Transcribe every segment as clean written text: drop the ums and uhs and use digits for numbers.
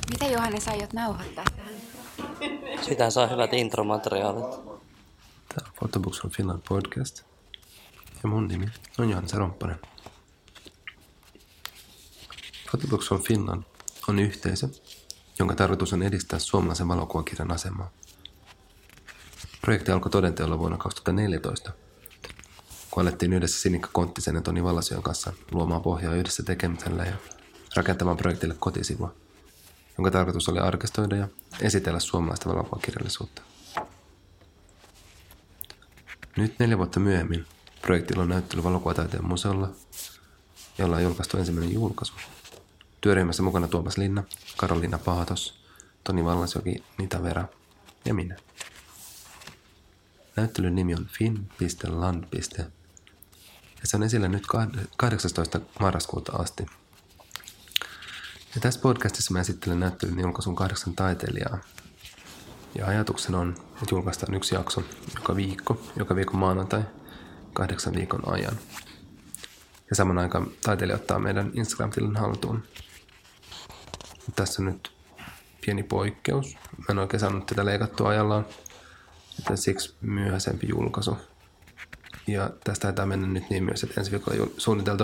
Miten Johannes aiot nauhoittaa tähän? Sitä saa hyvät intromateriaalit. Tämä on Photobooks from Finland podcast. Ja mun nimi on Johannes Romppanen. Photobooks from Finland on yhteisö, jonka tarkoitus on edistää suomalaisen valokuvakirjan asemaa. Projekti alkoi todenteolla vuonna 2014, kun alettiin yhdessä Sinikka Konttisen ja Toni Vallasion kanssa luomaan pohjaa yhdessä tekemisellä ja rakentamaan projektille kotisivua, jonka tarkoitus oli arkistoida ja esitellä suomalaista valokuvakirjallisuutta. Nyt 4 vuotta myöhemmin projektilla on näyttely Valokuvataiteen museolla, jolla on julkaistu ensimmäinen julkaisu. Työryhmässä mukana Tuomas Linna, Karoliina Paatos, Toni Vallasjoki, Nita Vera ja minä. Näyttelyn nimi on fin.land. Ja se on esillä nyt 18. marraskuuta asti. Ja tässä podcastissa mä esittelen näyttelyn julkaisun 8 taiteilijaa. Ja ajatuksena on, että julkaistaan 1 jakso joka viikon maanantai 8 viikon ajan. Ja saman aikaan taiteilija ottaa meidän Instagram-tilin haltuun. Tässä on nyt pieni poikkeus. Mä en oikein saanut tätä leikattua ajallaan, joten siksi myöhäisempi julkaisu. Ja tästä taitaa mennä nyt niin myös, että ensi viikolla suunniteltu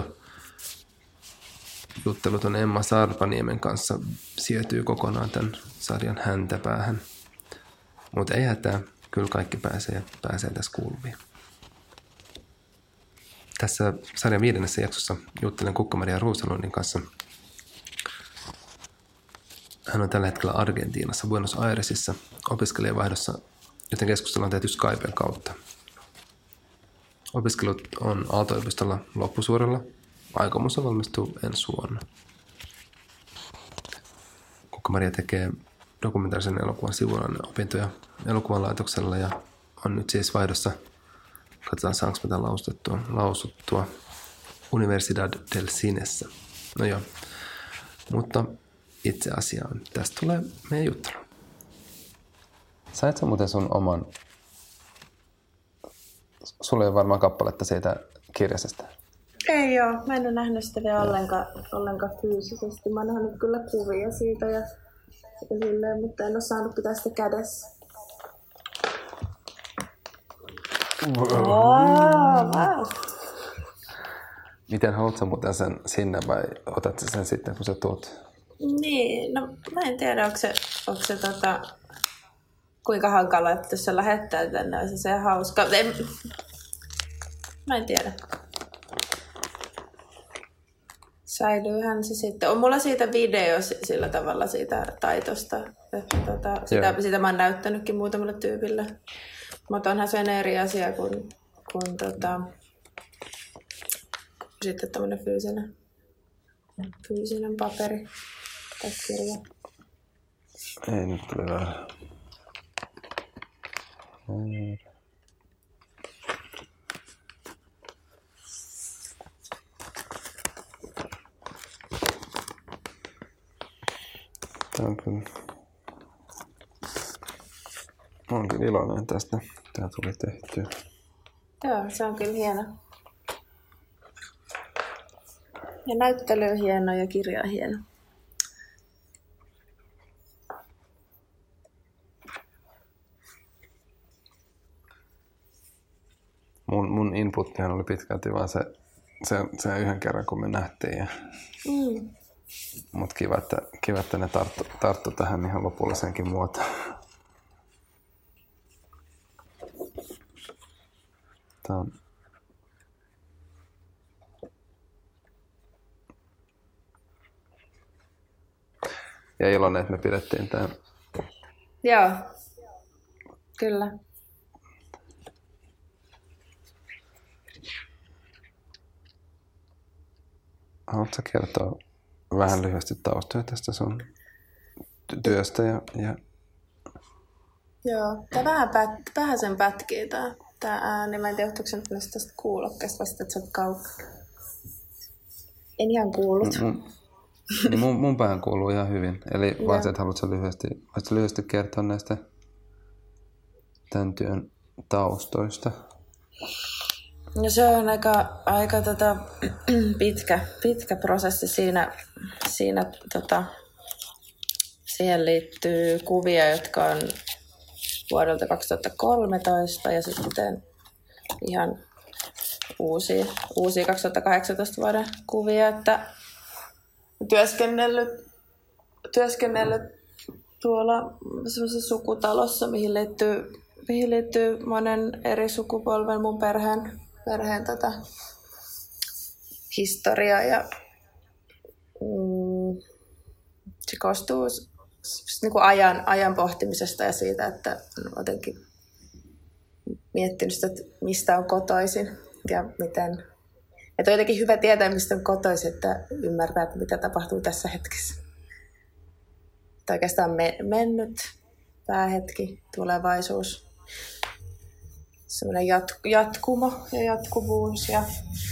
juttelut on Emma Sarpaniemen kanssa siirtyy kokonaan tämän sarjan häntäpäähän. Mutta ei hätää, kyllä kaikki pääsee tässä kuuluviin. Tässä sarjan 5. jaksossa juttelen Kukka-Maria Rosenlundin kanssa. Hän on tällä hetkellä Argentiinassa, Buenos Airesissa, opiskelijavaihdossa, joten keskustellaan tehty Skypen kautta. Opiskelut on Aalto-yliopistolla loppusuoralla. Aikomus on valmistua ensi vuonna. Kukka-Maria tekee dokumentaarisen elokuvan sivuillan opintoja elokuvan laitoksella ja on nyt siis vaihdossa. Katsotaan, saanko mä tämän lausuttua Universidad del Cinessä. No joo, mutta itse asiaan tästä tulee meidän juttelu. Sait sä muuten sun oman, sulla ei ole varmaan kappaletta siitä kirjasesta? Ei oo, mä en ole nähnyt sitä vielä ollenkaan fyysisesti. Mä oon nähnyt kyllä kuvia siitä ja silleen, mutta en ole saanut pitää sitä kädessä. Wow. Miten haluat sä muuten sen sinne vai otat sä sen sitten, kun sä tuut? Niin, no mä en tiedä, onko se kuinka hankala, että jos se lähettää tänne, olisi se hauska. Mä en tiedä. Säilyyhän se sitten. On mulla siitä video sillä tavalla siitä taitosta. Että sitä mä oon näyttänytkin muutamalle tyypille. Mutta onhan se eri asia kuin sitten tämmönen fyysinen paperi tai kirja. Ei nyt tuli vähän. Tämä on kyllä. Mä oon kyllä iloinen tästä. Tää tuli tehtyä. Joo, se on kyllä hieno. Ja näyttely on hieno ja kirja on hieno. Mun inputtihan oli pitkälti vaan se yhden kerran, kun me nähtiin. Mut kiva, että ne tarttu tähän ihan lopulliseenkin muotoon. Tää on. Ja iloinen, että me pidettiin tää. Joo, kyllä. Haluatko kertoa vähän lyhyesti taustoja tästä sun työstä? Ja... Joo, tää vähän sen pätkii tää ääni. Mä en tiedä, johtuuko se nyt tästä kuulokkeesta vasta, että sä oot kaukana. En ihan kuullut. Mun päähän kuuluu ihan hyvin. Eli vaan se, että haluatko lyhyesti kertoa näistä tämän työn taustoista? No se on aika pitkä prosessi siinä Siihen liittyy kuvia, jotka on vuodelta 2013 ja sitten ihan uusia 2018 vuoden kuvia, että työskennellyt tuolla semmoisessa sukutalossa, mihin liittyy monen eri sukupolven mun perheen historiaa ja se koostuu niin kuin ajan pohtimisesta ja siitä, että jotenkin miettinyt sitä, että mistä on kotoisin ja miten. Että on jotenkin hyvä tietää, mistä on kotoisin, että ymmärtää, että mitä tapahtuu tässä hetkessä. Että oikeastaan mennyt päähetki, tulevaisuus, semmoinen jatkumo ja jatkuvuus ja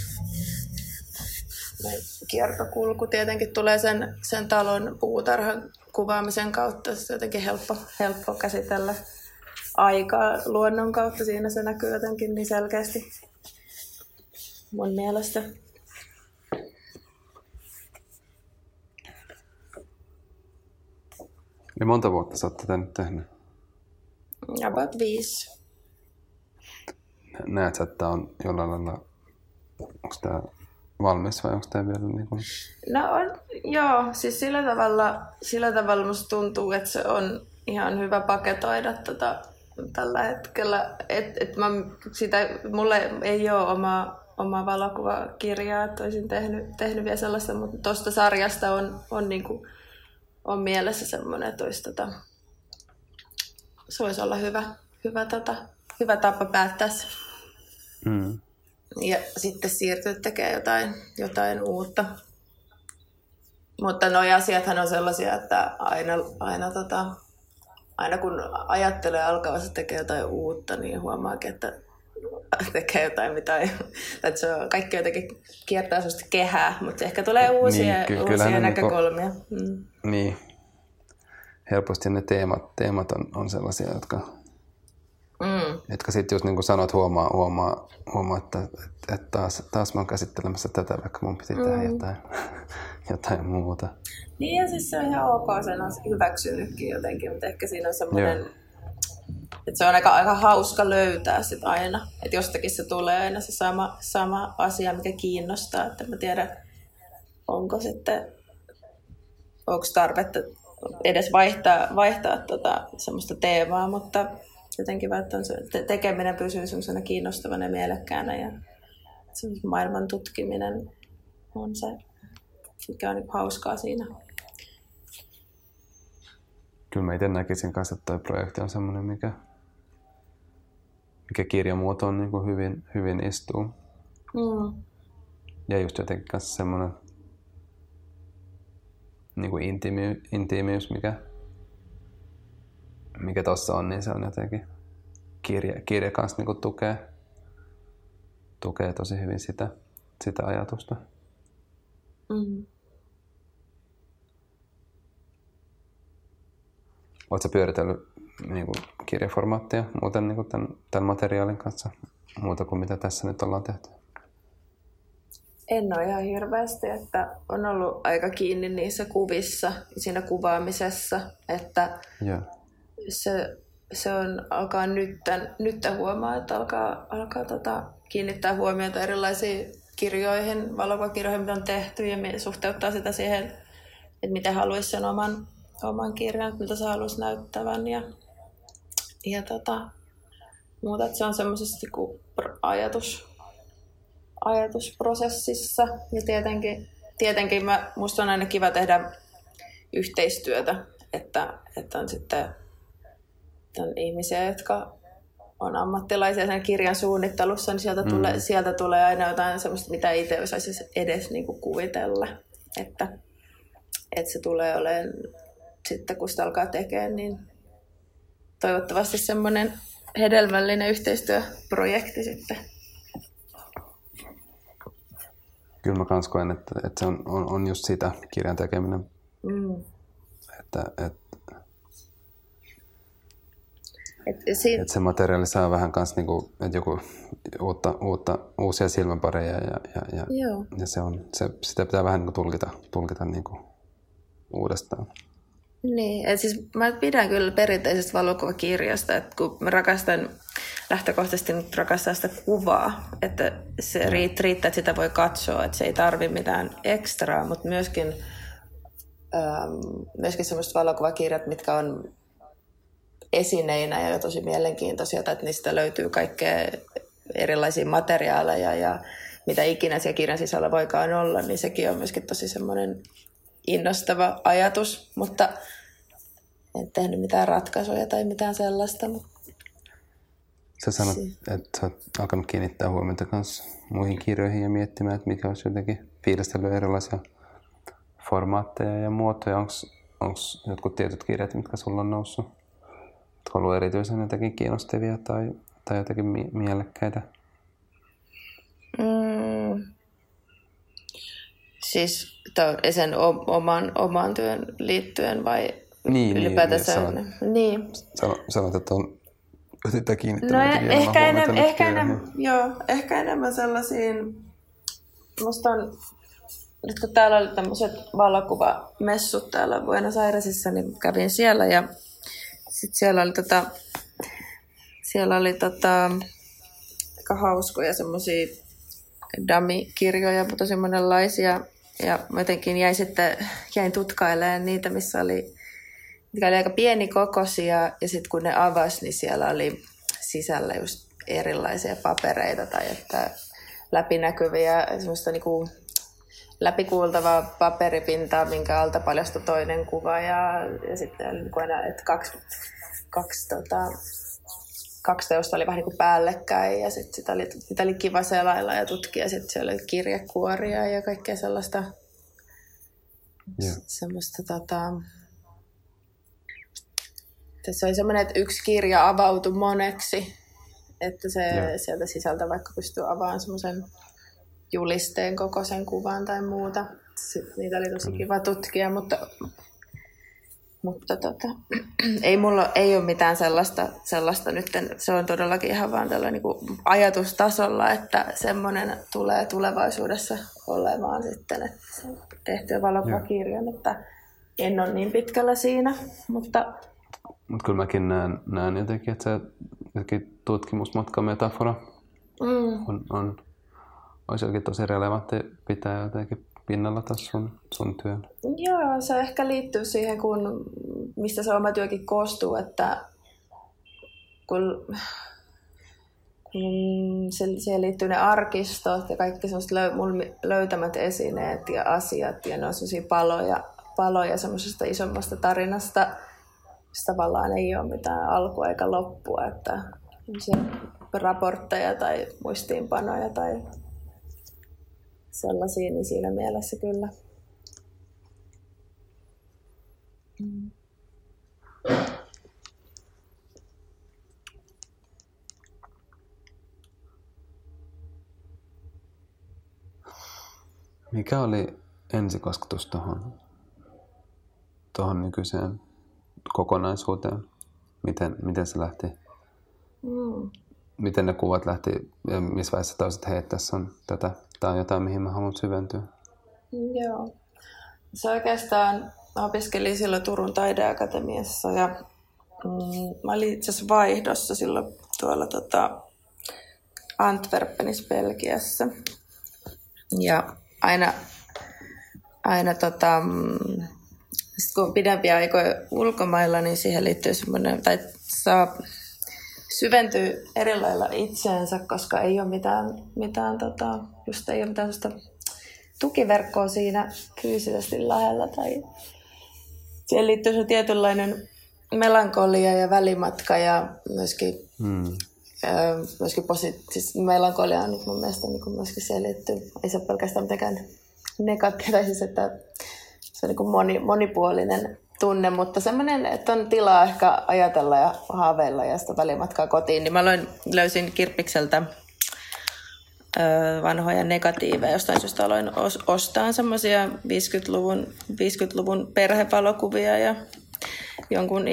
kiertokulku tietenkin tulee sen talon puutarhan kuvaamisen kautta. Se on jotenkin helppo käsitellä aikaa luonnon kautta. Siinä se näkyy jotenkin niin selkeästi mun mielestä. Eli monta vuotta sä oot tätä nyt tehnyt? About 5. Näet sä, että tää on jollain lailla, onko tää valmis vai onko tää vielä niin kuin... No on, joo, siis sillä tavalla musta tuntuu, että se on ihan hyvä paketoida tällä hetkellä. Mulle ei ole omaa valokuvakirjaa, että olisin tehnyt vielä sellaista, mutta tuosta sarjasta on mielessä semmoinen, että se voisi olla hyvä tapa päättää se. Mm. Ja sitten siirtyä tekemään jotain uutta. Mutta nuo asiathan on sellaisia, että aina kun ajattelee alkavansa tekemään jotain uutta, niin huomaakin, että tekee jotain, että se on, kaikki jotenkin kiertää sellaista kehää, mutta ehkä tulee uusia näkökulmia. Niin, helposti ne teemat on sellaisia, jotka sitten just niin kuin sanoit, huomaa että taas mä oon käsittelemässä tätä, vaikka mun piti tehdä jotain muuta. Niin ja siis se on ihan ok, sen on hyväksynytkin jotenkin, mutta ehkä siinä on semmoinen, että se on aika hauska löytää sit aina, että jostakin se tulee aina se sama asia, mikä kiinnostaa, että mä tiedän, onko tarvetta edes vaihtaa semmoista teemaa, mutta jotenkin vaikka se tekeminen pysyy semmoisena kiinnostavana ja mielekkäänä ja maailman tutkiminen on se, mikä on hauskaa siinä. Kyllä mä itse näkisin kanssa, että toi projekti on semmoinen, mikä kirjamuotoon niin kuin hyvin istuu. Ja just jotenkin kanssa semmoinen niin kuin intiimiys, mikä tossa on, niin se on jotenkin kirja kanssa niin kuin tukee tosi hyvin sitä ajatusta. Oletko pyöritellyt niin kuin kirjaformaattia muuten niin kuin tämän materiaalin kanssa, muuta kuin mitä tässä nyt ollaan tehty? En ole ihan hirveästi, että on ollut aika kiinni niissä kuvissa, siinä kuvaamisessa, että se on, alkaa nyt huomaa, että alkaa kiinnittää huomiota erilaisiin kirjoihin, valokuvakirjoihin, mitä on tehty ja suhteuttaa sitä siihen, että miten haluaisi sen oman kirjan, miltä se haluaisi näyttävän ja muuta, että se on semmoisessa ajatusprosessissa ja tietenkin musta on aina kiva tehdä yhteistyötä, että on sitten on ihmisiä, jotka on ammattilaisia sen kirjan suunnittelussa, niin sieltä tulee aina jotain semmoista, mitä itse osaisi edes niinku kuvitella, että se tulee olemaan sitten, kun sitä alkaa tekemään, niin toivottavasti semmoinen hedelmällinen yhteistyöprojekti sitten. Kyllä mä kans koen, että se on just sitä kirjan tekeminen. Että se materiaali saa vähän kans niinku, että joku uusia silmäpareja ja sitä pitää vähän niinku tulkita niinku uudestaan. Niin, et siis mä pidän kyllä perinteisestä valokuvakirjasta, että kun mä lähtökohtaisesti nyt rakastan sitä kuvaa, että se riittää, että sitä voi katsoa, että se ei tarvi mitään ekstraa, mutta myöskin sellaiset valokuvakirjat, mitkä on esineinä ja tosi mielenkiintoisia, että niistä löytyy kaikkea erilaisia materiaaleja ja mitä ikinä siellä kirjan sisällä voikaan olla, niin sekin on myöskin tosi semmoinen innostava ajatus, mutta en tehnyt mitään ratkaisuja tai mitään sellaista. Sä sanot, että sä oot alkanut kiinnittää huomiota myös muihin kirjoihin ja miettimään, että mikä olisi jotenkin fiilistellyt erilaisia formaatteja ja muotoja. Onko jotkut tietyt kirjat, mitkä sulla on noussut? Oletko ollut erityisen jotenkin kiinnostavia tai jotenkin mielekkäitä? Siis sen oman työn liittyen vai ylipäätänsä? Niin. Sanot, että on yrittää kiinnittää ehkä enemmän sellaisiin. Musta on, nyt kun täällä oli tämmöiset valokuvamessut täällä Buenos Airesissa, niin kävin siellä ja sitten siellä oli aika hauskoja semmoisia dummy-kirjoja, mutta tosi monenlaisia. Ja mä jotenkin jäin tutkailemaan niitä, mitkä oli aika pienikokoisia. Ja sitten kun ne avasi, niin siellä oli sisällä just erilaisia papereita tai että läpinäkyviä, semmoista niinku läpikuultavaa paperipintaa, minkä alta paljastui toinen kuva. Ja sitten niin aina, että kaksi teosta oli vähän niin kuin päällekkäin ja sitten sitä oli kiva selailla ja tutkia. Sitten siellä oli kirjekuoria ja kaikkea sellaista. Semmoista se oli semmoinen, että yksi kirja avautui moneksi. Että se sieltä sisältä vaikka pystyy avaamaan semmoisen julisteen kokoisen kuvan tai muuta. Sitten niitä oli tosi kiva tutkia, mutta mulla ei ole mitään sellaista nyt. Se on todellakin ihan vaan tällä niin kuin ajatustasolla, että semmoinen tulee tulevaisuudessa olemaan sitten, että se on tehty valokuvakirjan, että en ole niin pitkällä siinä. Mutta kyllä mäkin näen jotenkin, että se jotenkin tutkimusmatkametafora olisi jotenkin tosi relevantti pitää jotenkin pinnalla tässä sun työn. Joo, se ehkä liittyy siihen, mistä se oma työkin koostuu, että kun siihen liittyy ne arkistot ja kaikki sellaiset löytämät esineet ja asiat ja ne on sellaisia paloja semmoisesta isommasta tarinasta, missä tavallaan ei ole mitään alkua eikä loppua, että raportteja tai muistiinpanoja tai sellaisia, niin siinä mielessä kyllä. Mikä oli ensikosketus tuohon nykyiseen kokonaisuuteen? Miten se lähti? Miten ne kuvat lähti ja missä vaiheessa tausit, hei, tässä on tätä. Tämä on jotain, mihin mä haluan syventyä. Joo. Se oikeastaan opiskelin silloin Turun taideakatemiassa ja mä olin itse asiassa vaihdossa silloin tuolla Antwerpenissä Belgiassa. Ja aina kun pidempiä aikoja ulkomailla, niin siihen liittyy semmoinen, tai saa syventyä eri lailla itseensä, koska ei ole mitään sellaista tukiverkkoa siinä fyysisesti lähellä. Tai siihen liittyy se tietynlainen melankolia ja välimatka ja myöskin siis melankolia on nyt mun mielestä niin myöskin siihen liittyy. Ei se ole pelkästään mitenkään negatiivista, siis että se on niin monipuolinen tunne, mutta semmoinen, että on tilaa ehkä ajatella ja haaveilla ja sitä välimatkaa kotiin, niin mä löysin Kirppikseltä vanhoja negatiiveja, jostain syystä aloin ostaa semmoisia 50-luvun perhevalokuvia ja jonkun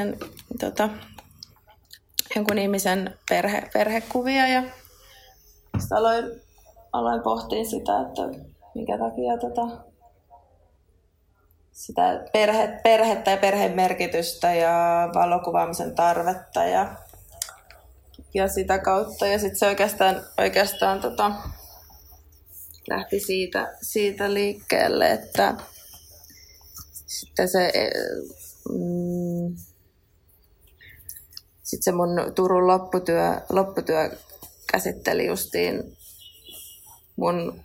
ihmisen perhekuvia ja sitten aloin pohtia sitä, että minkä takia sitä perhettä ja perheen merkitystä ja valokuvaamisen tarvetta ja sitä kautta. Ja sitten se oikeastaan lähti siitä liikkeelle, että sitten se mun Turun lopputyö käsitteli justiin mun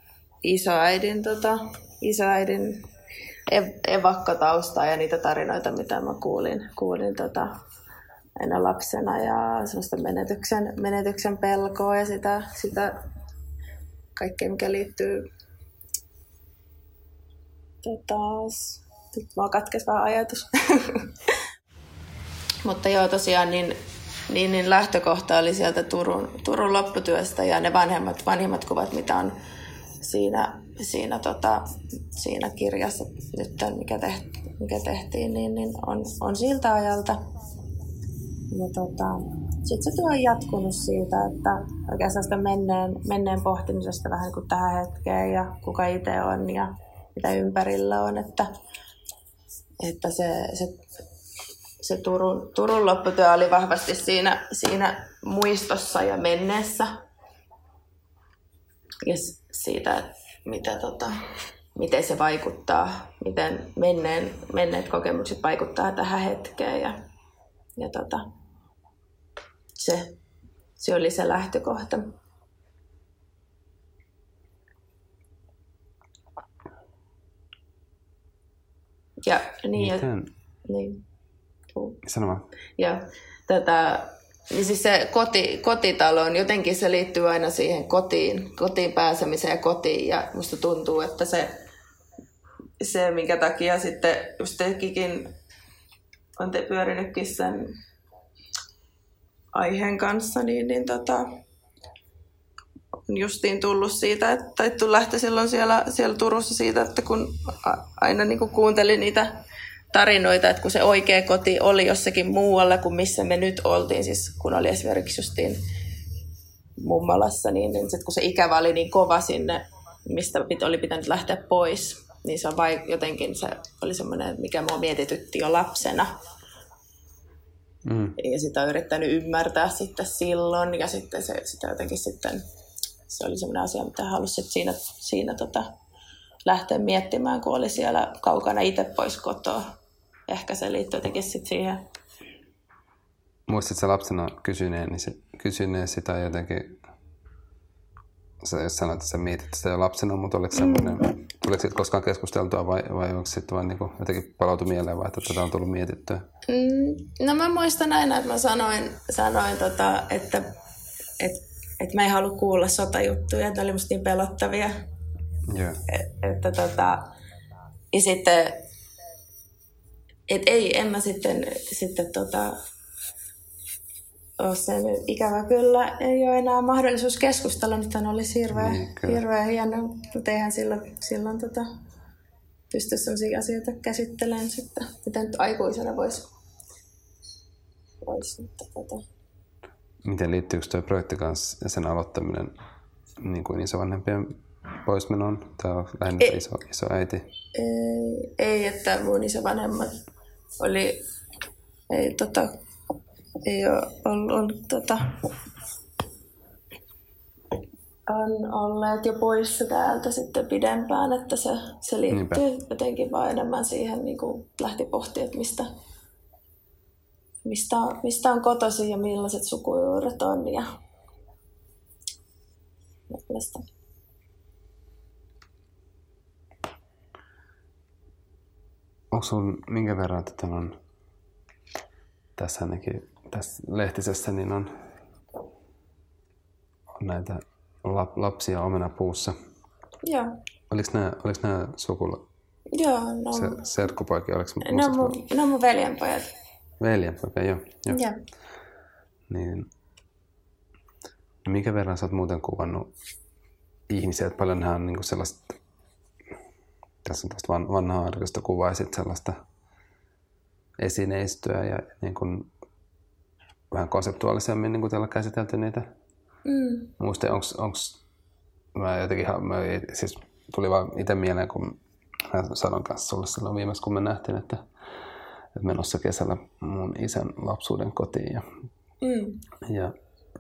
isoäidin evakkotaustaa ja niitä tarinoita, mitä mä kuulin aina lapsena ja sellaista menetyksen pelkoa ja sitä kaikkea, mikä liittyy nyt mä katkes vähän ajatus. Mutta joo, tosiaan niin lähtökohta oli sieltä Turun lopputyöstä ja ne vanhimmat kuvat, mitä on siinä kirjassa nyt, mikä tehtiin, niin on siltä ajalta. Ja sitten se työ on jatkunut siitä, että oikeastaan sitä menneen pohtimisesta vähän niin kuin tähän hetkeen ja kuka itse on ja mitä ympärillä on, että se Turun lopputyö oli vahvasti siinä muistossa ja menneessä. Ja siitä, miten se vaikuttaa, miten menneet kokemukset vaikuttaa tähän hetkeen. Ja se oli se lähtökohta. Ja niin. Niin. Sano vaan. Ja niin siis se kotitalo on jotenkin, se liittyy aina siihen kotiin pääsemiseen ja kotiin. Ja musta tuntuu, että se minkä takia sitten just tekikin on pyörinytkin sen aiheen kanssa, niin on justiin tullut siitä, että lähti silloin siellä Turussa siitä, että kun aina niin kuin kuuntelin niitä tarinoita, että kun se oikea koti oli jossakin muualla kuin missä me nyt oltiin, siis kun oli esimerkiksi justiin mummalassa, niin sitten kun se ikävä oli niin kova sinne, mistä oli pitänyt lähteä pois, niin se on jotenkin se oli semmoinen, mikä mua mietitytti jo lapsena. Ja sitä on yrittänyt ymmärtää sitten silloin, ja sitten sitä jotenkin sitten, se oli semmoinen asia, mitä halusi siinä lähteä miettimään, kun oli siellä kaukana itse pois kotoa. Ehkä se liittyy jotenkin sitten siihen. Muistatko lapsena kysyneen sitä jotenkin, jos sanoit, että sä mietit sitä jo lapsena, mutta oliko tuliko siitä koskaan keskusteltua vai onko sitten vaan niinku jotenkin palautu mieleen vai että tätä on tullut mietittyä? No mä muistan aina, että mä sanoin että mä en halua kuulla sotajuttuja, että ne oli musta niin pelottavia. Yeah. Ja sitten, en mä sitten ole sen ikävä kyllä, ei ole enää mahdollisuus keskustella, nyt olisi hirveän hieno, mutta eihän silloin pysty sellaisia asioita käsittelemään sitten, mitä nyt aikuisena voisi. Miten liittyykö tuo projekti kanssa ja sen aloittaminen niin kuin isovanhempien poismenoon? Tämä on lähinnä isoäiti. Ei, että mun isovanhemmat ei ole ollut on olleet jo poissa täältä sitten pidempään, että se liittyy jotenkin vaan enemmän siihen, niin kuin lähti pohtimaan, että mistä on kotoisin ja millaiset sukujuuret on ja millaista. Onko sinulla minkä verran, että tässä lehtisessä niin on näitä lapsia omenapuussa? Joo. Oliko nämä sukulla? Joo, no. Serkkupoikia, oliko ne on mun veljenpojat. Veljenpoika, joo. Joo. Niin, minkä verran sä oot muuten kuvannut ihmisiä, että paljon on niin sellaista, tässä on tästä vanhaa arkista kuvaa ja sitten sellaista esineistöä ja niin kuin vähän konseptuaalisemmin niin kuin teillä on käsitelty niitä. Muistin, onko mä jotenkin, siis tuli vaan itse mieleen, kun mä sanon kanssa sulle silloin viimeksi, kun me nähtiin, että menossa kesällä mun isän lapsuuden kotiin. Ja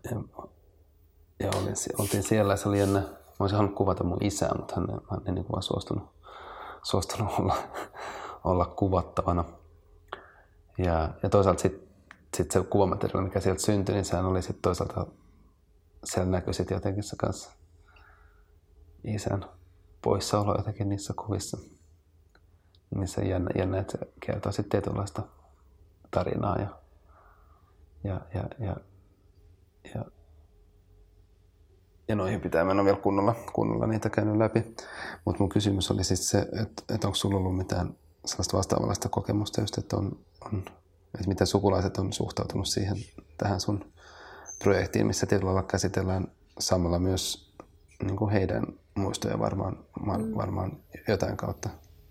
oltiin siellä ja se oli jännä. Mä olisin halunnut kuvata mun isää, mutta hän ei niin kuin vaan suostunut olla kuvattavana. Ja toisaalta sit se kuvamateriaali, mikä sieltä syntyi, niin sehän oli sitten toisaalta, siellä näkyi sitten jotenkin se kanssa isän poissaolo jotenkin niissä kuvissa. Niin se jännä, että se kertoo sitten tietynlaista tarinaa ja noihin pitää mennä vielä kunnolla niitä käynyt läpi. Mutta mun kysymys oli siis se, että onko sulla ollut mitään sellaista vastaavanlaista kokemusta, just, että että miten sukulaiset on suhtautunut tähän sun projektiin, missä tietyllä lailla käsitellään samalla myös niin kuin heidän muistoja varmaan jotain kautta.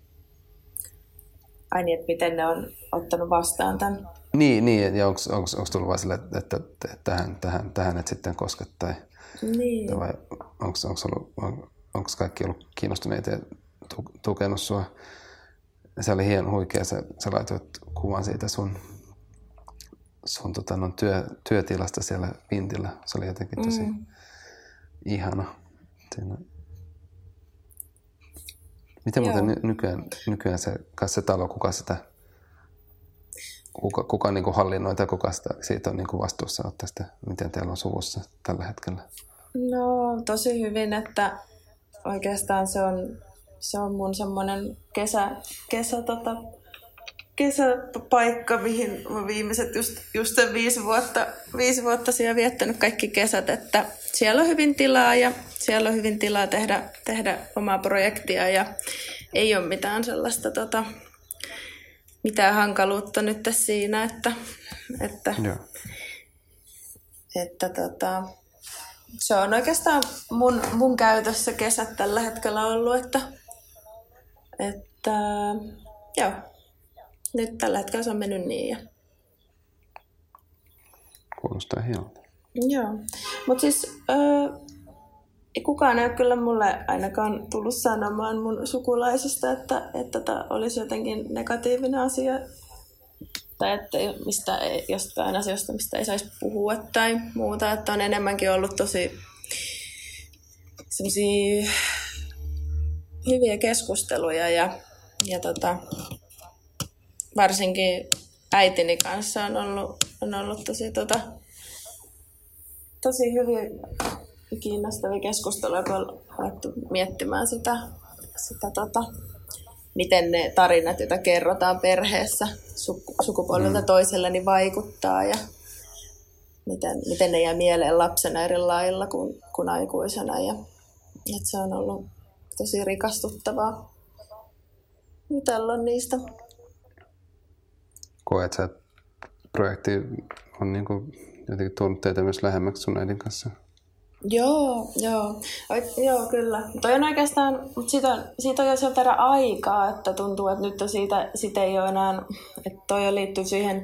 Ai niin, että miten ne on ottanut vastaan tämän? Niin ja onko tullut vaan sille, että tähän et sitten koske tai niin. Vai onko kaikki ollut kiinnostuneita ja tukenut sua? Se oli hieno huikea, sä laitoit kuvan siitä sun työtilasta siellä vintillä. Se oli jotenkin tosi ihana. Siinä. Miten muuten nykyään se talo, kuka niin kuin hallinnoi tai kuka siitä on niin kuin vastuussa ottaa sitä, miten teillä on suvussa tällä hetkellä? No tosi hyvin, että oikeastaan se on mun semmoinen kesäpaikka, mihin mä viimeiset just sen 5 vuotta siellä viettänyt kaikki kesät, että siellä on hyvin tilaa ja siellä on hyvin tilaa tehdä omaa projektia ja ei ole mitään sellaista mitään hankaluutta nyt siinä, että se on oikeastaan mun käytössä kesät tällä hetkellä ollut, että joo, nyt tällä hetkellä se on mennyt niin. Ja. Kuulostaa hienolta. Joo, mutta siis kukaan ei ole kyllä mulle ainakaan tullut sanomaan mun sukulaisista, että tämä olisi jotenkin negatiivinen asia tai että jostain asioista, mistä ei saisi puhua tai muuta, että on enemmänkin ollut tosi semmosia hyviä keskusteluja ja varsinkin äitini kanssa on ollut tosi hyviä kiinnostavia keskusteluja, kun on alettu miettimään sitä miten ne tarinat, joita kerrotaan perheessä sukupolvelta toiselle, niin vaikuttaa ja miten ne jää mieleen lapsena eri lailla kuin aikuisena. Ja, että se on ollut tosi rikastuttavaa jutella niistä. Koet sä, että projekti on niin kuin jotenkin tuonut teitä myös lähemmäksi sun äidin kanssa? Joo, kyllä. Toi on oikeastaan, siitä on jo sen verran aikaa, että tuntuu, että nyt siitä ei ole enää, että toi liittyy siihen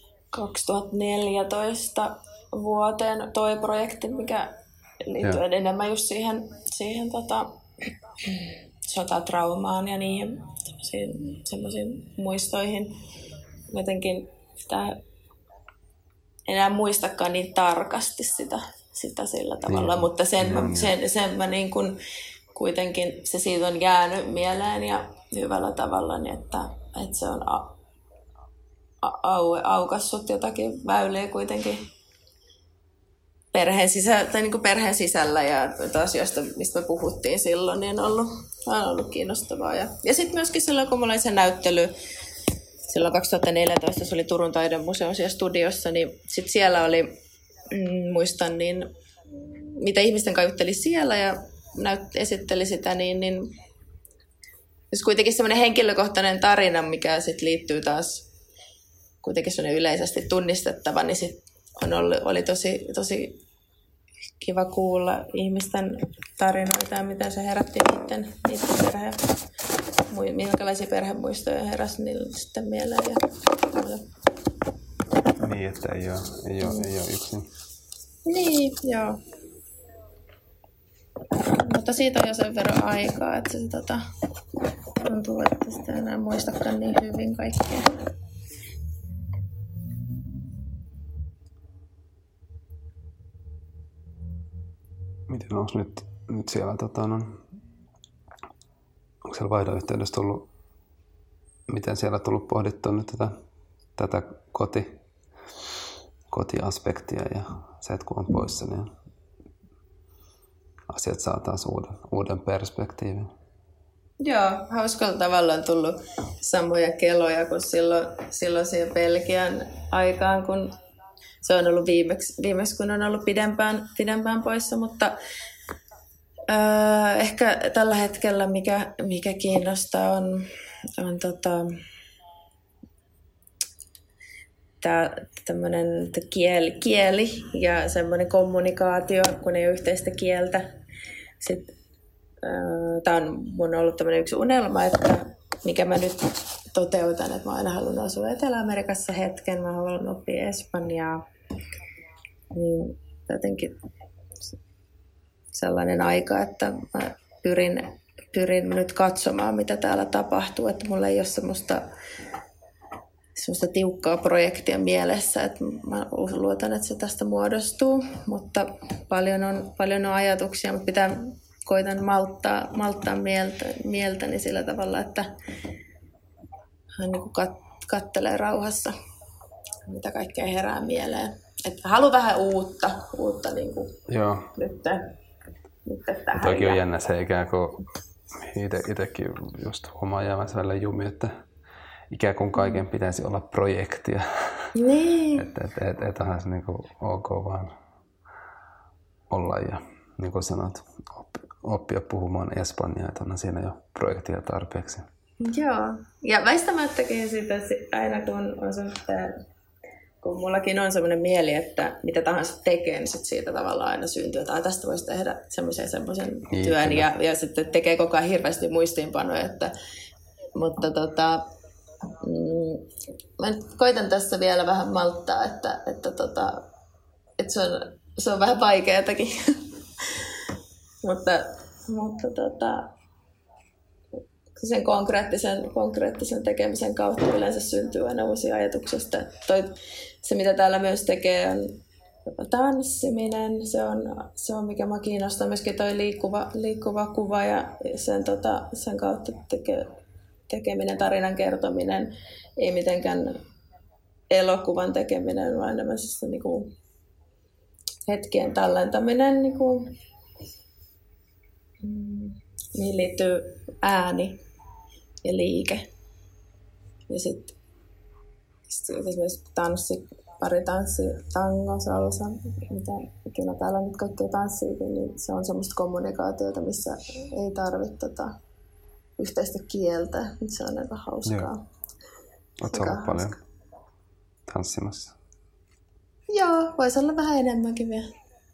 2014 vuoteen toi projekti, mikä liittyy enemmän just siihen sotatraumaan ja niihin semmoisiin muistoihin. Jotenkin sitä enää muistakaan niin tarkasti sitä sillä tavalla, mutta sen mä niin kuin kuitenkin se siitä on jäänyt mieleen ja hyvällä tavalla, niin että se on aukassut jotakin väyliä kuitenkin perheen sisällä ja asioista, mistä me puhuttiin silloin, niin on ollut kiinnostavaa. Ja sitten myöskin silloin, kun mulla oli se näyttely, silloin 2014 se oli Turun taidemuseon siellä studiossa, niin sitten siellä oli, muistan, niin mitä ihmisten kanssa jutteli siellä ja esitteli sitä, niin siis kuitenkin semmoinen henkilökohtainen tarina, mikä sitten liittyy taas kuitenkin semmoinen yleisesti tunnistettava, niin sitten oli tosi kiva kuulla ihmisten tarinoita ja miten se herätti niiden minkälaisia perhemuistoja heräsi niille sitten mieleen. Niin, että ei ole yksin. Niin, joo. Mutta siitä on jo sen verran aikaa, että tuntuu, että sitä ei enää muistakaan niin hyvin kaikkea. Miten onko nyt siellä, onko siellä vaihdoyhteydessä tullut, miten siellä on tullut pohdittua nyt tätä kotiaspektia ja se, että kun on poissa, niin asiat saa taas uuden perspektiivin. Joo, hauskalla tavalla on tullut samoja keloja kuin silloin siihen Belgian aikaan, kun se on ollut viimeksi kun on ollut pidempään poissa, mutta ehkä tällä hetkellä mikä kiinnostaa on tämmöinen kieli ja semmoinen kommunikaatio, kun ei ole yhteistä kieltä. Sitten, tämä on mun ollut tämmöinen yksi unelma, että mikä mä nyt toteutan, että mä aina halunnut asua Etelä-Amerikassa hetken, mä haluan oppia espanjaa. Niin jotenkin sellainen aika, että mä pyrin nyt katsomaan, mitä täällä tapahtuu, että mulla ei ole semmoista tiukkaa projektia mielessä, että mä luotan, että se tästä muodostuu, mutta paljon on ajatuksia, mutta koitan malttaa mieltäni sillä tavalla, että hän niin kattelee rauhassa, mitä kaikkea herää mieleen. Että haluan vähän uutta niin kuin nyt tähän. Toki on jännä se ikään kuin itsekin just huomaa jäävänsä välillä jumi, että ikään kuin kaiken pitäisi olla projektia. Niin. Että onhan se niinku ok vaan olla ja niin kuin sanot, oppia puhumaan espanjaa, että onhan siinä jo projektia tarpeeksi. Joo, ja väistämättäkin sitä aina kun mullakin on semmoinen mieli, että mitä tahansa tekee, niin sit siitä tavallaan aina syntyy, että tästä voisi tehdä semmoisen työn ja sitten tekee koko ajan hirveästi muistiinpanoja, mutta mä koitan tässä vielä vähän malttaa, että se on vähän vaikeatakin, mutta sen konkreettisen tekemisen kautta yleensä syntyy aina uusia ajatuksia. Se, mitä täällä myös tekee, on tanssiminen. Se on mikä mä kiinnostaa. Myöskin toi liikkuva kuva ja sen kautta tekeminen, tarinan kertominen. Ei mitenkään elokuvan tekeminen, vaan enemmän niinku hetkien tallentaminen. Niinku, mihin liittyy ääni ja liike. Ja sitten esimerkiksi pari tango, salsa, mitä ikinä täällä nyt kaikkea tanssiikin, niin se on semmoista kommunikaatiota, missä ei tarvitse yhteistä kieltä. Se on aika hauskaa. Oletko ollut paljon tanssimassa? Joo, voisi olla vähän enemmänkin vielä.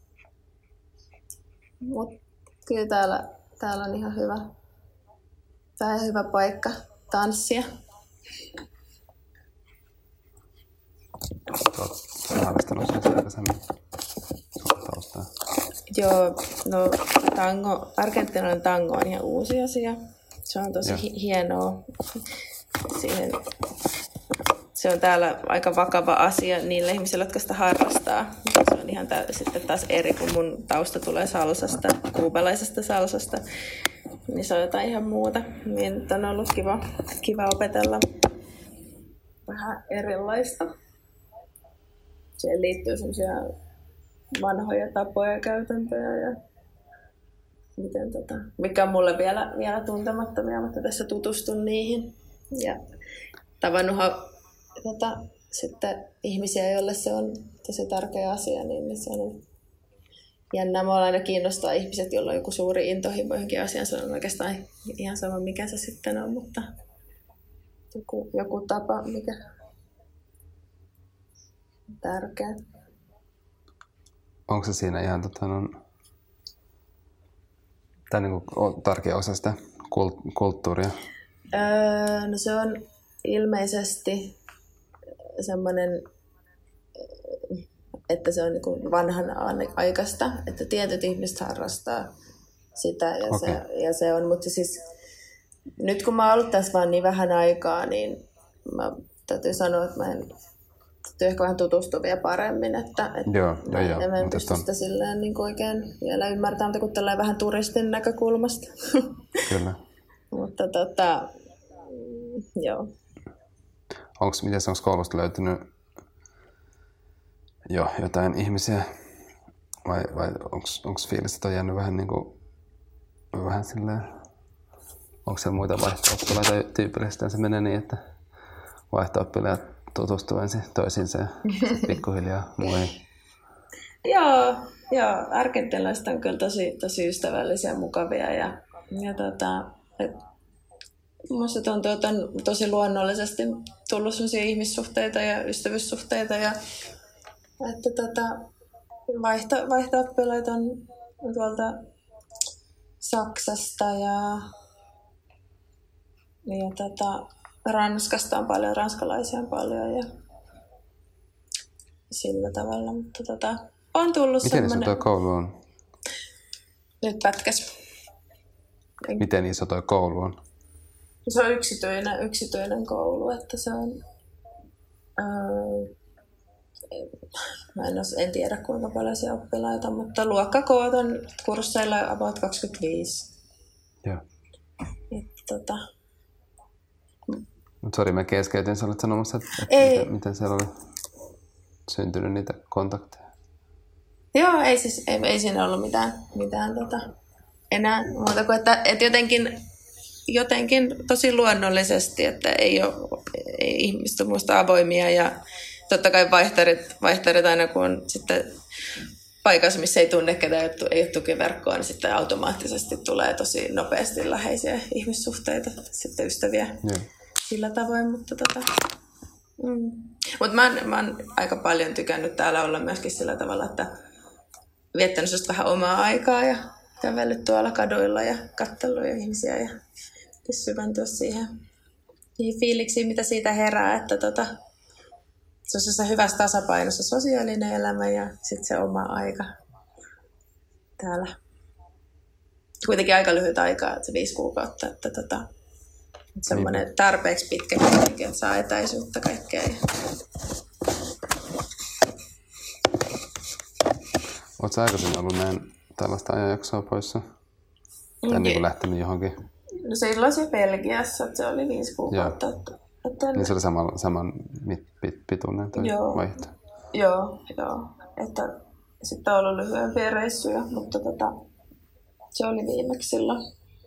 Mutta kyllä täällä on ihan hyvä paikka tanssia. Oletko harrastanut sen aikaisemmin taustaa? Joo, no argentiinalainen tango on ihan uusi asia. Se on tosi hienoa. Se on täällä aika vakava asia niille ihmisille, jotka sitä harrastaa. Se on ihan sitten taas eri, kun mun tausta tulee salsasta, kuubalaisesta salsasta. Niin se on jotain ihan muuta. Niin on ollut kiva opetella vähän erilaista. Siihen liittyy semmoisia vanhoja tapoja ja käytäntöjä ja mikä on mulle vielä tuntemattomia, mutta tässä tutustun niihin. Ja tavannuthan sitten ihmisiä, joille se on tosi tärkeä asia, niin se on jännää. Mua aina kiinnostaa ihmiset, joilla on joku suuri intohimo johonkin asiaan. Se on oikeastaan ihan sama, mikä se sitten on, mutta joku tapa, mikä on tärkeä. Onko se siinä ihan tai niin kuin tärkeä osa sitä kulttuuria? No se on ilmeisesti semmoinen, että se on niin kuin vanhan aikaista, että tietyt ihmiset harrastaa sitä ja se on, mutta siis nyt kun mä oon ollut tässä vaan niin vähän aikaa, niin mä täytyy sanoa, että mä en täytyy ehkä vähän tutustua vielä paremmin, että Joo. en pysty sitä silleen niin oikein vielä ymmärtämään, mutta kun tällainen vähän turistin näkökulmasta. Kyllä. Mutta joo. Onko koulusta löytynyt jo jotain ihmisiä vai onko fiilis, että on jäänyt vähän niinku vähän silleen, onko siellä muita vaihto-oppilaita tyypillisesti se menee niin, että vaihto-oppilaat tutustuu ensin toisiinsa ja pikkuhiljaa muihin? Joo, argentinalaiset on kyllä tosi ystävällisiä ja mukavia ja minusta tuntuu, että on tosi luonnollisesti tullut sellaisia ihmissuhteita ja ystävyyssuhteita ja että vaihto-oppilaita on tuolta Saksasta ja Ranskasta on paljon, ranskalaisia on paljon ja sillä tavalla, mutta on tullut miten iso tuo koulu on? Nyt pätkäs. Miten iso tuo koulu on? Se on yksityinen koulu, että se on en tiedä kuinka paljon siellä oppilaita, mutta luokkakoot on kursseilla about 25. Joo. Sori, mä keskeytin. Sä olet sanomassa, että miten siellä oli syntynyt niitä kontakteja. Joo, ei siinä ollut mitään enää muuta kuin, että jotenkin tosi luonnollisesti, että ei ihmiset ole musta avoimia ja totta kai vaihtarit aina kun on sitten paikassa, missä ei tunne ketään, ei ole tukiverkkoa, niin sitten automaattisesti tulee tosi nopeasti läheisiä ihmissuhteita, sitten ystäviä sillä tavoin, mutta Mutta mä oon aika paljon tykännyt täällä olla myöskin sillä tavalla, että viettänyt sellaista vähän omaa aikaa ja kävellyt tuolla kaduilla ja katsellut ihmisiä ja syventyä siihen fiiliksiin, mitä siitä herää, että se on se hyvässä tasapainossa sosiaalinen elämä ja sitten se oma aika täällä. Kuitenkin aika lyhyt aika, että se 5 kuukautta, että semmoinen tarpeeksi pitkä kuitenkin, että saa etäisyyttä kaikkea. Oletko sä aikaisemmin ollut näin tällaista ajanjaksoa poissa? Tai niin kuin lähtenyt johonkin? No silloin se Belgiassa, että se oli 5 kuukautta. Niin se oli saman pituinen toi vaihto? Joo. Että sitten on ollut lyhyempiä reissuja, mutta se oli viimeksi silloin.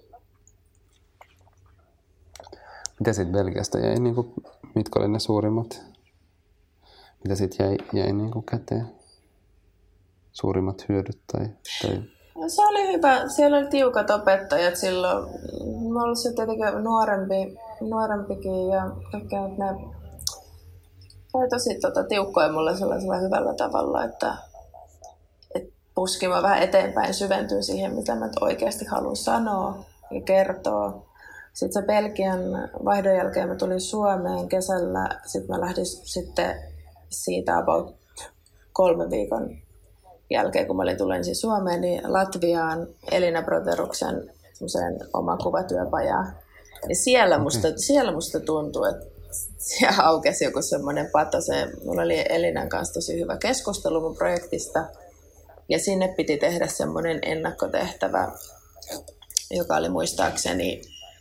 Mitä siitä Belgiasta jäi, niin kuin, mitkä oli ne suurimmat? Mitä siitä jäi niin kuin käteen? Suurimmat hyödyt tai... Se oli hyvä. Siellä oli tiukat opettajat silloin. Mä olin se tietenkin nuorempikin ja kaikkea ne oli tosi tiukkoja mulle sellaisella hyvällä tavalla, että puski mä vähän eteenpäin, syventyy siihen, mitä mä oikeasti haluan sanoa ja kertoa. Sitten se Belgian vaihdon jälkeen mä tulin Suomeen kesällä. Sitten mä lähdin sitten siitä about 3 viikon jälkeen, kun mä olin tullut ensin Suomeen, niin Latviaan Elina Broderuksen omakuvatyöpajaan. Ja siellä musta tuntui, että siellä aukesi joku semmoinen pato. Mulla oli Elinan kanssa tosi hyvä keskustelu mun projektista. Ja sinne piti tehdä semmoinen ennakkotehtävä, joka oli muistaakseni,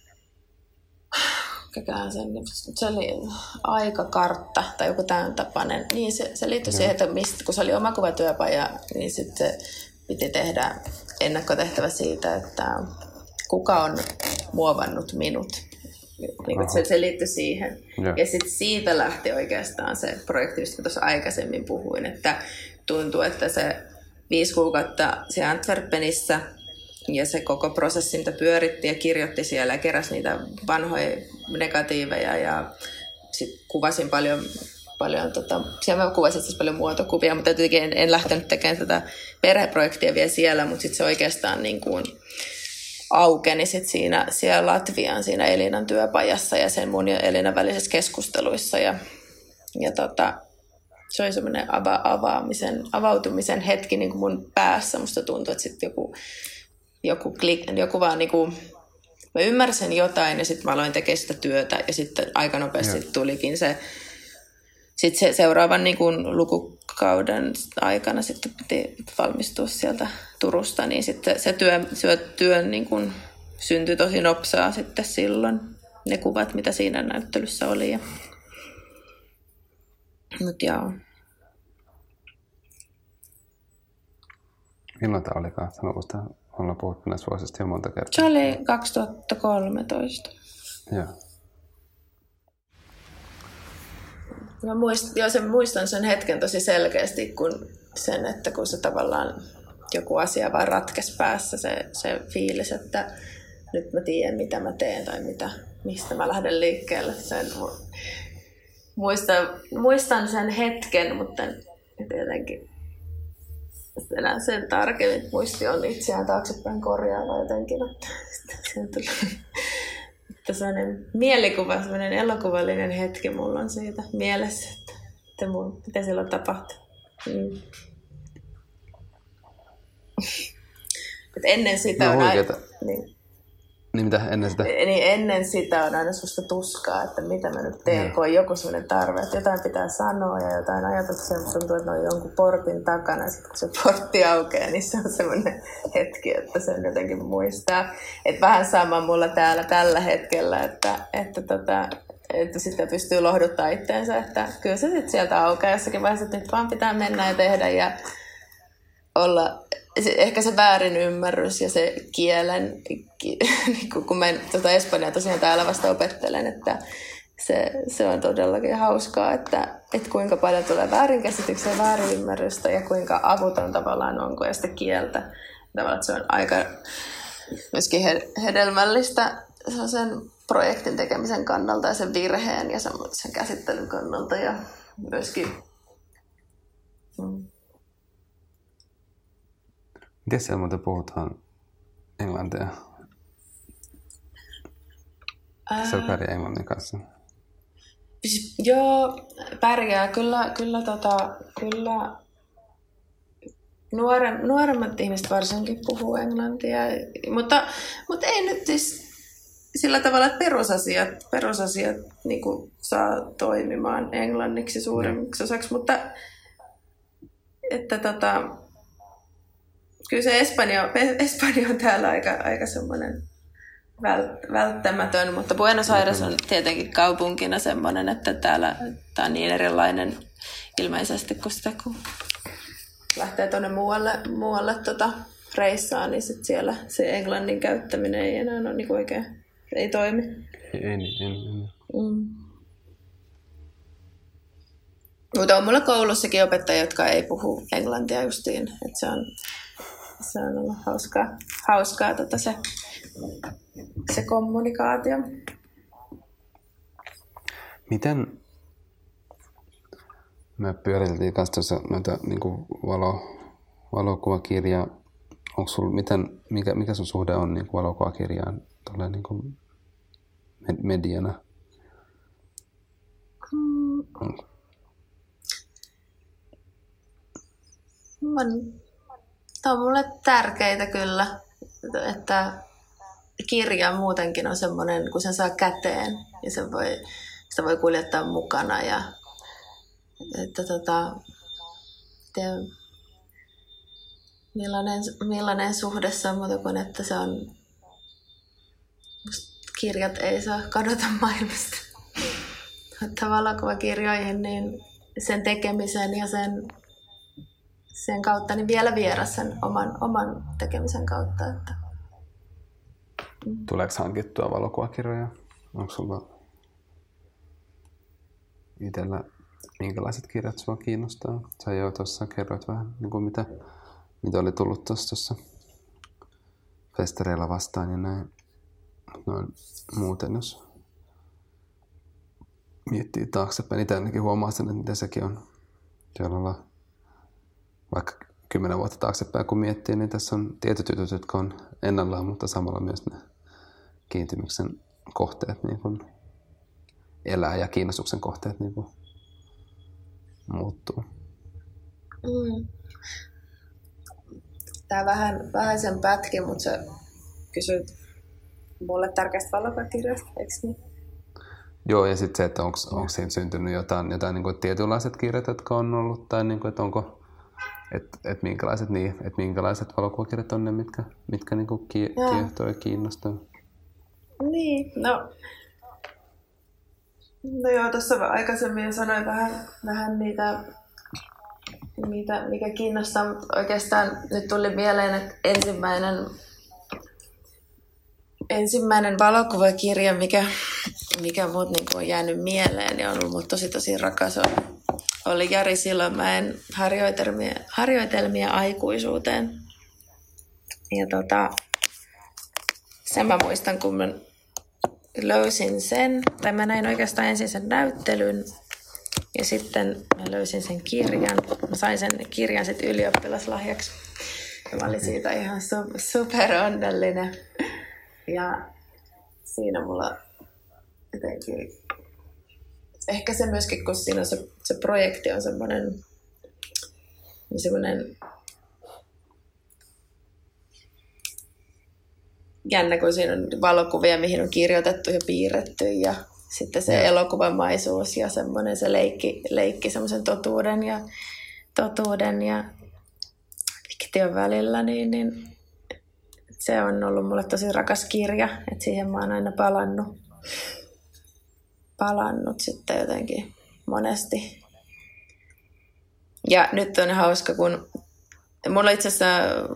se oli aikakartta tai joku tämän tapainen. Niin se liittyi siihen, että kun se oli omakuvatyöpaja, niin sitten piti tehdä ennakkotehtävä siitä, että kuka on muovannut minut. Niin se liittyi siihen. Ja sitten siitä lähti oikeastaan se projekti, mistä tuossa aikaisemmin puhuin, että tuntuu, että se 5 kuukautta siellä Antwerpenissä ja se koko prosessi, mitä pyöritti ja kirjoitti siellä ja keräsi niitä vanhoja negatiiveja ja sitten kuvasin paljon siellä mä kuvasin siis paljon muotokuvia, mutta tietenkin en lähtenyt tekemään tätä perheprojektia vielä siellä, mutta sitten se oikeastaan niin kuin aukeni sit siellä Latvian siinä Elinan työpajassa ja sen mun ja Elinan välisissä keskusteluissa ja se oli semmoinen avautumisen hetki niin kuin mun päässä. Musta tuntui, että sitten joku vaan niin kuin mä ymmärsin jotain ja sitten mä aloin tekemään sitä työtä ja sitten aika nopeasti tulikin se seuraavan niin kuin lukukauden aikana sitten piti valmistua sieltä Turusta, niin sitten se työn niin kuin syntyi tosi nopsaa sitten silloin, ne kuvat, mitä siinä näyttelyssä oli. Mut joo. Milloin tämä olikaan? Sanoiko sitä, ollaan puhuttu näistä vuosista jo monta kertaa. Se oli 2013. Joo. Mä muistan sen hetken tosi selkeästi, kun se tavallaan joku asia vaan ratkesi päässä, se fiilis, että nyt mä tiedän, mitä mä teen tai mistä mä lähden liikkeelle. Muistan sen hetken, mutta jotenkin enää sen tarkemmin muisti on itseään taaksepäin korjaava jotenkin. Että sellainen mielikuva, sellainen elokuvallinen hetki mulla on siitä mielessä, että mitä silloin tapahtui. Että ennen sitä on aina... Niin mitä ennen sitä? Niin ennen sitä on aina sellaista tuskaa, että mitä mä nyt teen, kun on joku sellainen tarve, että jotain pitää sanoa ja jotain ajatuksia, mutta tuntuu, että ne on jonkun portin takana, ja sitten kun se portti aukeaa, niin se on sellainen hetki, että sen jotenkin muistaa. Että vähän sama mulla täällä tällä hetkellä, että sitten pystyy lohduttaa itteensä, että kyllä se sitten sieltä aukeaa jossakin vaiheessa, että nyt vaan pitää mennä ja tehdä ja olla... Ehkä se väärin ymmärrys ja se kielen, kun mä espanjaa tosiaan täällä vasta opettelen, että se on todellakin hauskaa, että kuinka paljon tulee väärinkäsityksiä ja väärinymmärrystä ja kuinka avuton tavallaan on, kun ei sitä kieltä. Tavallaan se on aika myöskin hedelmällistä sen projektin tekemisen kannalta ja sen virheen ja sen käsittelyn kannalta ja myöskin... Miten siellä muuten puhutaan englantia? Se on pärjää englannin kanssa. Joo, pärjää. Kyllä nuoremmat ihmiset varsinkin puhuu englantia, mutta ei nyt siis sillä tavalla, että perusasiat niin kuin saa toimimaan englanniksi suurimmaksi osaksi, mutta että kyllä se Espanja on täällä aika semmoinen välttämätön, mutta Buenos Aires on tietenkin kaupunkina semmoinen, että täällä tämä on niin erilainen ilmeisesti kuin sitä, kun lähtee tuonne muualle reissaan, niin sit siellä se englannin käyttäminen ei enää ole niin oikein, ei toimi. Ei. Mutta on mulla koulussakin opettajia, jotka ei puhu englantia justiin, että se on ollut hauskaa se kommunikaatio. Miten me pyöriteltiin kanssa tuossa noita niinku valokuvakirjaa. Onko sulla mikä sun suhde on niinku valokuvakirjaan tuolla niinku mediana? Tämä on mulle tärkeitä kyllä, että kirja muutenkin on semmoinen, kun sen saa käteen ja sitä voi kuljettaa mukana ja että millainen suhde se on muuta kuin, että se on, kirjat ei saa kadota maailmasta. Että valokuvakirjoihin niin sen tekemisen ja sen kautta niin vielä vieras sen oman tekemisen kautta. Että. Tuleeko hankittua valokuvakirjoja? Onko sulla itsellä minkälaiset kirjat sua kiinnostaa? Sä jo tuossa kerroit vähän, niin kuin mitä oli tullut tuossa festareilla vastaan ja näin. Noin muuten, jos miettii taaksepäin, niin ainakin huomaa sen, että miten sekin on. Siellä ollaan vaikka 10 vuotta taaksepäin, kun miettii, niin tässä on tietyt jutut, jotka on ennallaan, mutta samalla myös ne kiintymyksen kohteet niin kuin elää ja kiinnostuksen kohteet niin kuin muuttuu. Tämä vähän sen pätki, mutta sä kysyt mulle tärkeästä valokuvakirjasta, eikö niin? Joo, ja sitten se, että onko siinä syntynyt jotain niin kuin tietynlaiset kirjat, jotka on ollut, tai niin kuin, että onko, minkälaiset valokuvakirjat on ne, mitkä niin kuin kiehtoo ja kiinnostaa. Niin, no joo, tuossa aikaisemmin sanoin vähän niitä, mikä kiinnostaa, mutta oikeastaan nyt tuli mieleen, että ensimmäinen valokuvakirja, mikä mut niinku on jäänyt mieleen ja on ollut mut tosi rakas, oli Jari Silonmäen harjoitelmia aikuisuuteen. Ja sen mä muistan, kun mä löysin sen, tai mä näin oikeastaan ensin sen näyttelyn, ja sitten mä löysin sen kirjan. Mä sain sen kirjan sitten ylioppilaslahjaksi. Ja mä olin siitä ihan super onnellinen. Ja siinä mulla jotenkin, ehkä se myöskin, kun siinä on se projekti on semmoinen jännä, kun siinä on valokuvia, mihin on kirjoitettu ja piirretty ja sitten se elokuvamaisuus ja semmoinen se leikki semmoisen totuuden ja fiktion välillä, niin se on ollut mulle tosi rakas kirja, että siihen mä oon aina palannut sitten jotenkin monesti. Ja nyt on hauska, kun mulla itse asiassa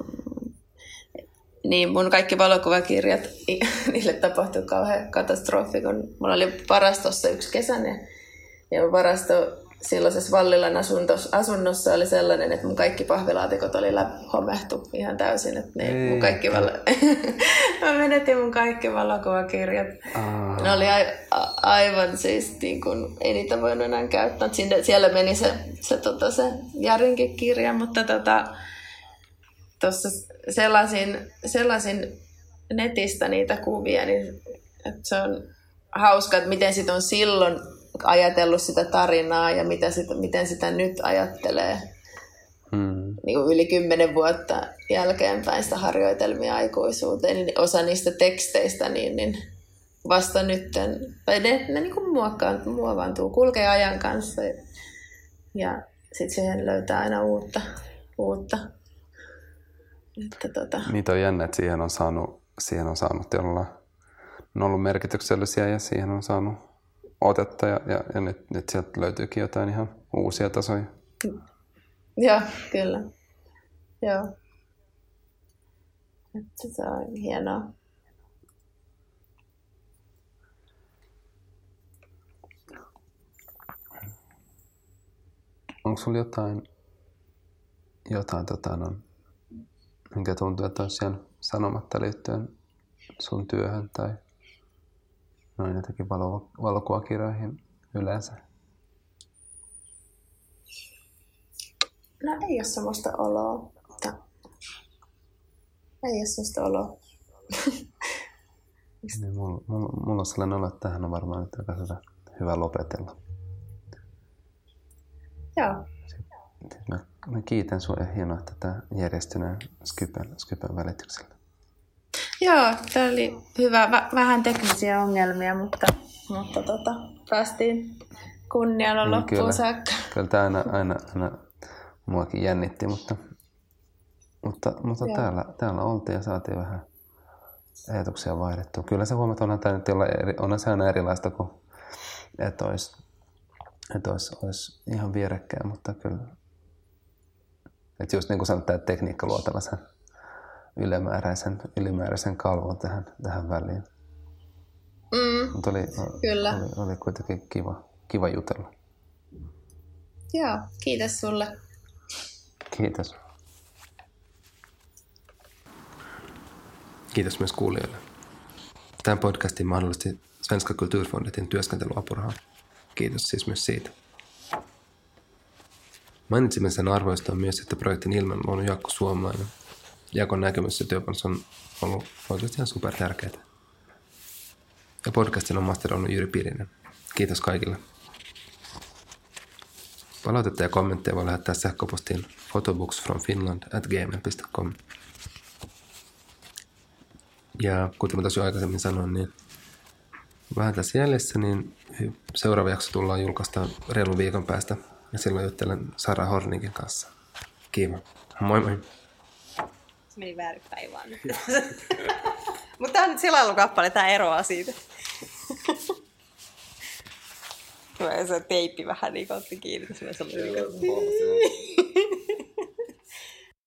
niin mun kaikki valokuvakirjat, niille tapahtui kauhean katastrofi, kun mulla oli varastossa yksi kesänä ja mun varasto silloisessa Vallilan asunnossa oli sellainen, että mun kaikki pahvilaatikot oli homehtu ihan täysin. Että mun kaikki mä menetin mun kaikki valokuvakirjat. Ne oli aivan siis, niin kun, ei niitä voinut enää käyttää. Siellä meni se Jarinkin kirja, mutta tuossa sellaisin netistä niitä kuvia, niin että se on hauska, että miten sit on silloin ajatellut sitä tarinaa ja miten sitä nyt ajattelee niin kuin yli 10 vuotta jälkeenpäin sitä harjoitelmia aikuisuuteen. Niin osa niistä teksteistä niin vasta nyt, tai ne niin kuin muovaantuu, kulkee ajan kanssa ja sitten siihen löytää aina uutta. Että Niitä on jännä, että siihen on saanut on ollut merkityksellisiä ja siihen on saanut otetta ja nyt sieltä löytyykin jotain ihan uusia tasoja. Joo, kyllä. Joo. Että se on hienoa. Onko sulla jotain minkä tuntuu, että olisi jäänyt sanomatta liittyen sun työhön tai noin jotenkin valokuvakirjoihin yleensä? No ei ole semmoista oloa. Ei ole semmoista oloa. Niin, mulla on sellainen olo, että tähän on varmaan nyt aika hyvä lopetella. Joo. Mä kiitän sua ja hienoa, että tämä järjestyneen Skypen välityksellä. Joo, tämä oli hyvä. Vähän teknisiä ongelmia, mutta päästiin kunnialla loppuun saakka. Kyllä tämä aina muakin jännitti, mutta täällä oltiin ja saatiin vähän ajatuksia vaihdettua. Kyllä se huomaat, onhan se aina erilaista kuin että olisi ihan vierekkäin, mutta kyllä. Että just niin kuin sanot, että tekniikka luo tällaisen ylimääräisen kalvon tähän väliin. Mutta oli kuitenkin kiva jutella. Joo, kiitos sulle. Kiitos. Kiitos myös kuulijoille. Tämän podcastin mahdollisti Svenska Kulturfondetin työskentelyapuraha. Kiitos siis myös siitä. Mainitsimme sen arvoista on myös, että projektin ilman on luonut Jaakko Suomalainen. Jaakon näkemys ja työpanos on ollut oikeasti ihan super tärkeää. Ja podcastin on masteroinut Jyri Pirinen. Kiitos kaikille. Palautetta ja kommentteja voi lähettää sähköpostiin photobooksfromfinland@gmail.com. Ja kuten mä tosiaan aikaisemmin sanoin, niin vähän tässä jäljessä, niin seuraava jakso tullaan julkaista reilun viikon päästä. Ja silloin juttelen Sara Horningin kanssa. Kiitos. Moi moi. Se meni väärinpäin vaan. Mutta tää on nyt selailukappale, tää eroaa siitä. Se teippi vähän niin kuin otti kiinni.